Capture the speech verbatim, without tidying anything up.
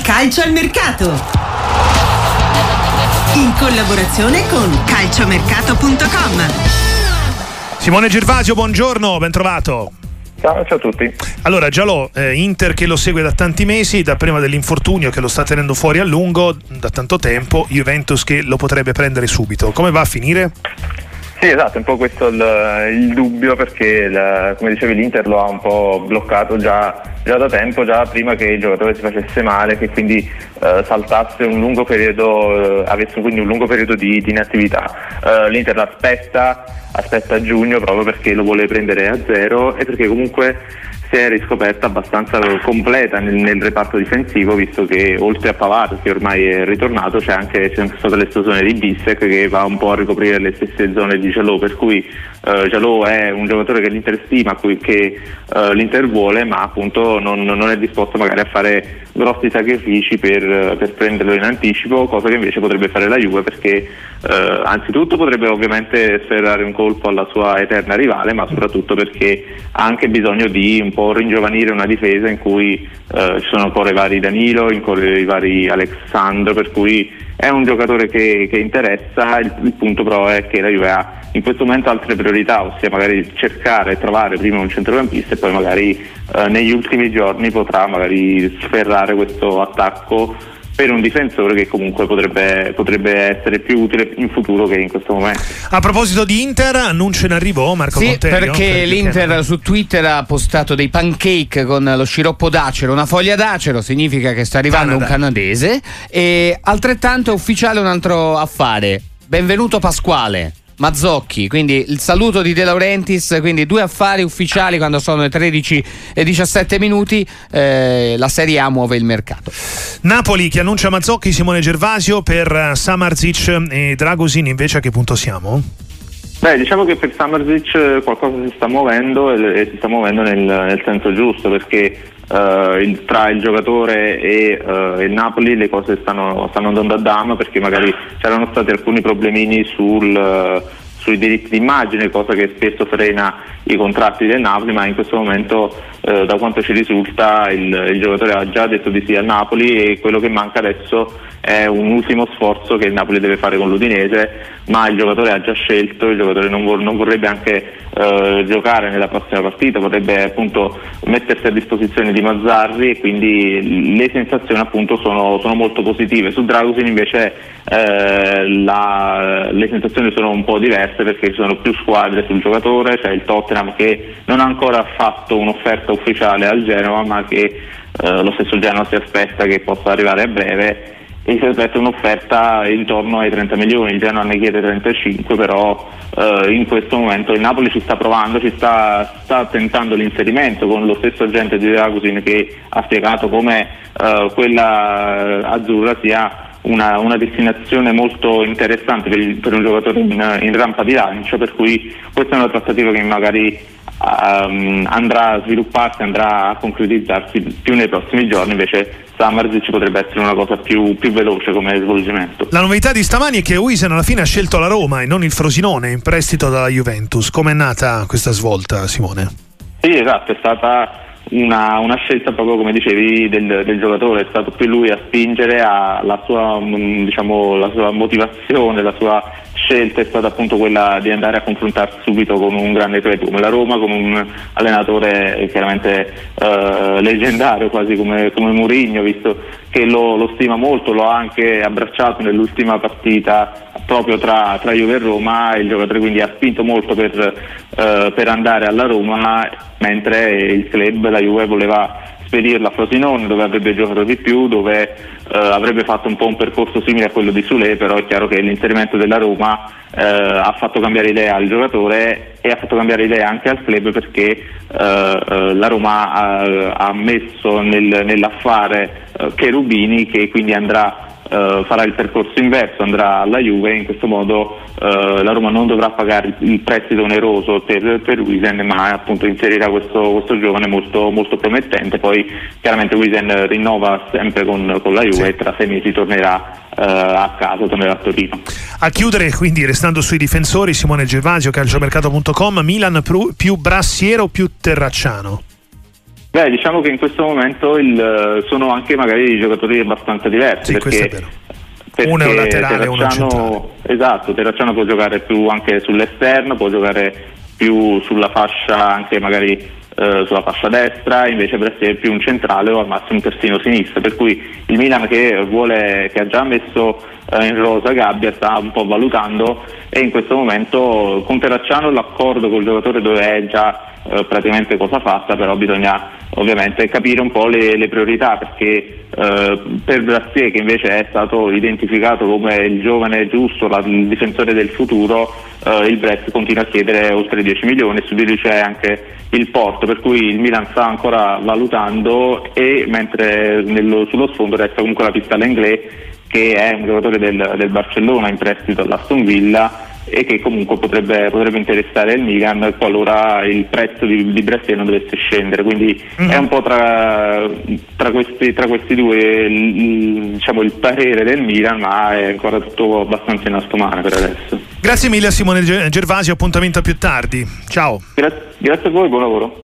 Calcio al mercato, in collaborazione con calciomercato punto com. Simone Gervasio, buongiorno, ben trovato. Ciao, ciao a tutti. Allora, Giallo, eh, Inter che lo segue da tanti mesi, da prima dell'infortunio che lo sta tenendo fuori a lungo da tanto tempo, Juventus che lo potrebbe prendere subito. Come va a finire? Sì, esatto, è un po' questo il, il dubbio, perché la, come dicevi l'Inter lo ha un po' bloccato già, già da tempo, già prima che il giocatore si facesse male, che quindi eh, saltasse un lungo periodo, eh, avesse quindi un lungo periodo di, di inattività. Eh, L'Inter l'aspetta, aspetta a giugno proprio perché lo vuole prendere a zero e perché comunque si è riscoperta abbastanza completa nel, nel reparto difensivo, visto che oltre a Pavard, che ormai è ritornato, c'è anche, c'è anche stata l'esplosione di Bissek, che va un po' a ricoprire le stesse zone di Jaló, per cui uh, Jaló è un giocatore che l'Inter stima, che uh, l'Inter vuole, ma appunto non, non è disposto magari a fare grossi sacrifici per, per prenderlo in anticipo, cosa che invece potrebbe fare la Juve, perché uh, anzitutto potrebbe ovviamente sferrare un colpo alla sua eterna rivale, ma soprattutto perché ha anche bisogno di un po' ringiovanire una difesa in cui uh, ci sono ancora i vari Danilo, ancora i vari Alexandro, per cui è un giocatore che, che interessa. Il, il punto però è che la Juve ha in questo momento altre priorità, ossia magari cercare e trovare prima un centrocampista e poi magari eh, negli ultimi giorni potrà magari sferrare questo attacco per un difensore che comunque potrebbe, potrebbe essere più utile in futuro che in questo momento. A proposito di Inter, annuncio in arrivo Marco sì, Conterio. Perché per l'Inter che... su Twitter ha postato dei pancake con lo sciroppo d'acero, una foglia d'acero, significa che sta arrivando Canada. Un canadese, e altrettanto è ufficiale un altro affare. Benvenuto Pasquale Mazzocchi, quindi il saluto di De Laurentiis, quindi due affari ufficiali quando sono le tredici e diciassette minuti. Eh, la Serie A muove il mercato. Napoli che annuncia Mazzocchi, Simone Gervasio. Per Samardžić e Dragusin invece a che punto siamo? Beh, diciamo che per Samardžić qualcosa si sta muovendo e, e si sta muovendo nel, nel senso giusto, perché uh, il, tra il giocatore e uh, il Napoli le cose stanno, stanno andando a dama, perché magari c'erano stati alcuni problemini sul, uh, sui diritti d'immagine, cosa che spesso frena i contratti del Napoli, ma in questo momento uh, da quanto ci risulta il, il giocatore ha già detto di sì al Napoli e quello che manca adesso è un ultimo sforzo che il Napoli deve fare con l'Udinese, ma il giocatore ha già scelto, il giocatore non, vor- non vorrebbe anche uh, giocare nella prossima partita, vorrebbe appunto mettersi a disposizione di Mazzarri e quindi le sensazioni appunto sono, sono molto positive. Su Dragusin invece eh, la, le sensazioni sono un po' diverse, perché ci sono più squadre sul giocatore, c'è il Tottenham che non ha ancora fatto un'offerta ufficiale al Genoa, ma che eh, lo stesso Genoa si aspetta che possa arrivare a breve, e si aspetta un'offerta intorno ai trenta milioni, il Genoa ne chiede trentacinque, però eh, in questo momento il Napoli ci sta provando, ci sta, sta tentando l'inserimento con lo stesso agente di Dragusin, che ha spiegato come eh, quella azzurra sia una, una destinazione molto interessante per, il, per un giocatore in, in rampa di lancio, per cui questa è una trattativa che magari Um, andrà a svilupparsi, andrà a concretizzarsi più nei prossimi giorni. Invece Samardžić potrebbe essere una cosa più, più veloce come svolgimento. La novità di stamani è che Huijsen alla fine ha scelto la Roma e non il Frosinone in prestito dalla Juventus. Com'è nata questa svolta, Simone? Sì, esatto, è stata una, una scelta proprio come dicevi del, del giocatore, è stato più lui a spingere, a, la sua, diciamo, la sua motivazione, la sua scelta è stata appunto quella di andare a confrontarsi subito con un grande club come la Roma, con un allenatore chiaramente eh, leggendario, quasi come, come Mourinho, visto che lo, lo stima molto, lo ha anche abbracciato nell'ultima partita proprio tra, tra Juve e Roma. Il giocatore quindi ha spinto molto per, eh, per andare alla Roma, mentre il club, la Juve, voleva spedirla a Frosinone, dove avrebbe giocato di più, dove eh, avrebbe fatto un po' un percorso simile a quello di Soulé, però è chiaro che l'inserimento della Roma eh, ha fatto cambiare idea al giocatore e ha fatto cambiare idea anche al club, perché eh, la Roma ha, ha messo nel, nell'affare eh, Cherubini, che quindi andrà Uh, farà il percorso inverso, andrà alla Juve, e in questo modo uh, la Roma non dovrà pagare il prestito oneroso per, per Huijsen, ma appunto inserirà questo, questo giovane molto, molto promettente. Poi chiaramente Huijsen rinnova sempre con, con la Juve, sì, e tra sei mesi tornerà Uh, a casa, tornerà a Torino. A chiudere, quindi, restando sui difensori, Simone Gervasio, calciomercato punto com, Milan più Brassiero o più Terracciano? Beh, diciamo che in questo momento il, sono anche magari giocatori abbastanza diversi, sì, perché, questo è vero. Uno è un laterale e uno è un centrale. Esatto, Terracciano può giocare più anche sull'esterno, può giocare più sulla fascia, anche magari eh, sulla fascia destra, invece Brescia è più un centrale o al massimo un terzino sinistro, per cui il Milan che vuole, che ha già messo eh, in rosa Gabbia, sta un po' valutando, e in questo momento con Terracciano l'accordo col giocatore dove è già eh, praticamente cosa fatta, però bisogna ovviamente capire un po' le, le priorità, perché eh, per Brassier, che invece è stato identificato come il giovane giusto, la, il difensore del futuro, eh, il Brest continua a chiedere oltre dieci milioni, su di lui c'è anche il Porto, per cui il Milan sta ancora valutando, e mentre nello, sullo sfondo resta comunque la pista Lenglet, che è un giocatore del, del Barcellona in prestito all'Aston Villa e che comunque potrebbe, potrebbe interessare il Milan qualora il prezzo di, di Brescia non dovesse scendere, quindi mm-hmm. è un po' tra, tra, questi, tra questi due il, diciamo, il parere del Milan, ma è ancora tutto abbastanza in alto mare per adesso. Grazie mille a Simone Gervasio, appuntamento a più tardi, ciao. Grazie, grazie a voi, buon lavoro.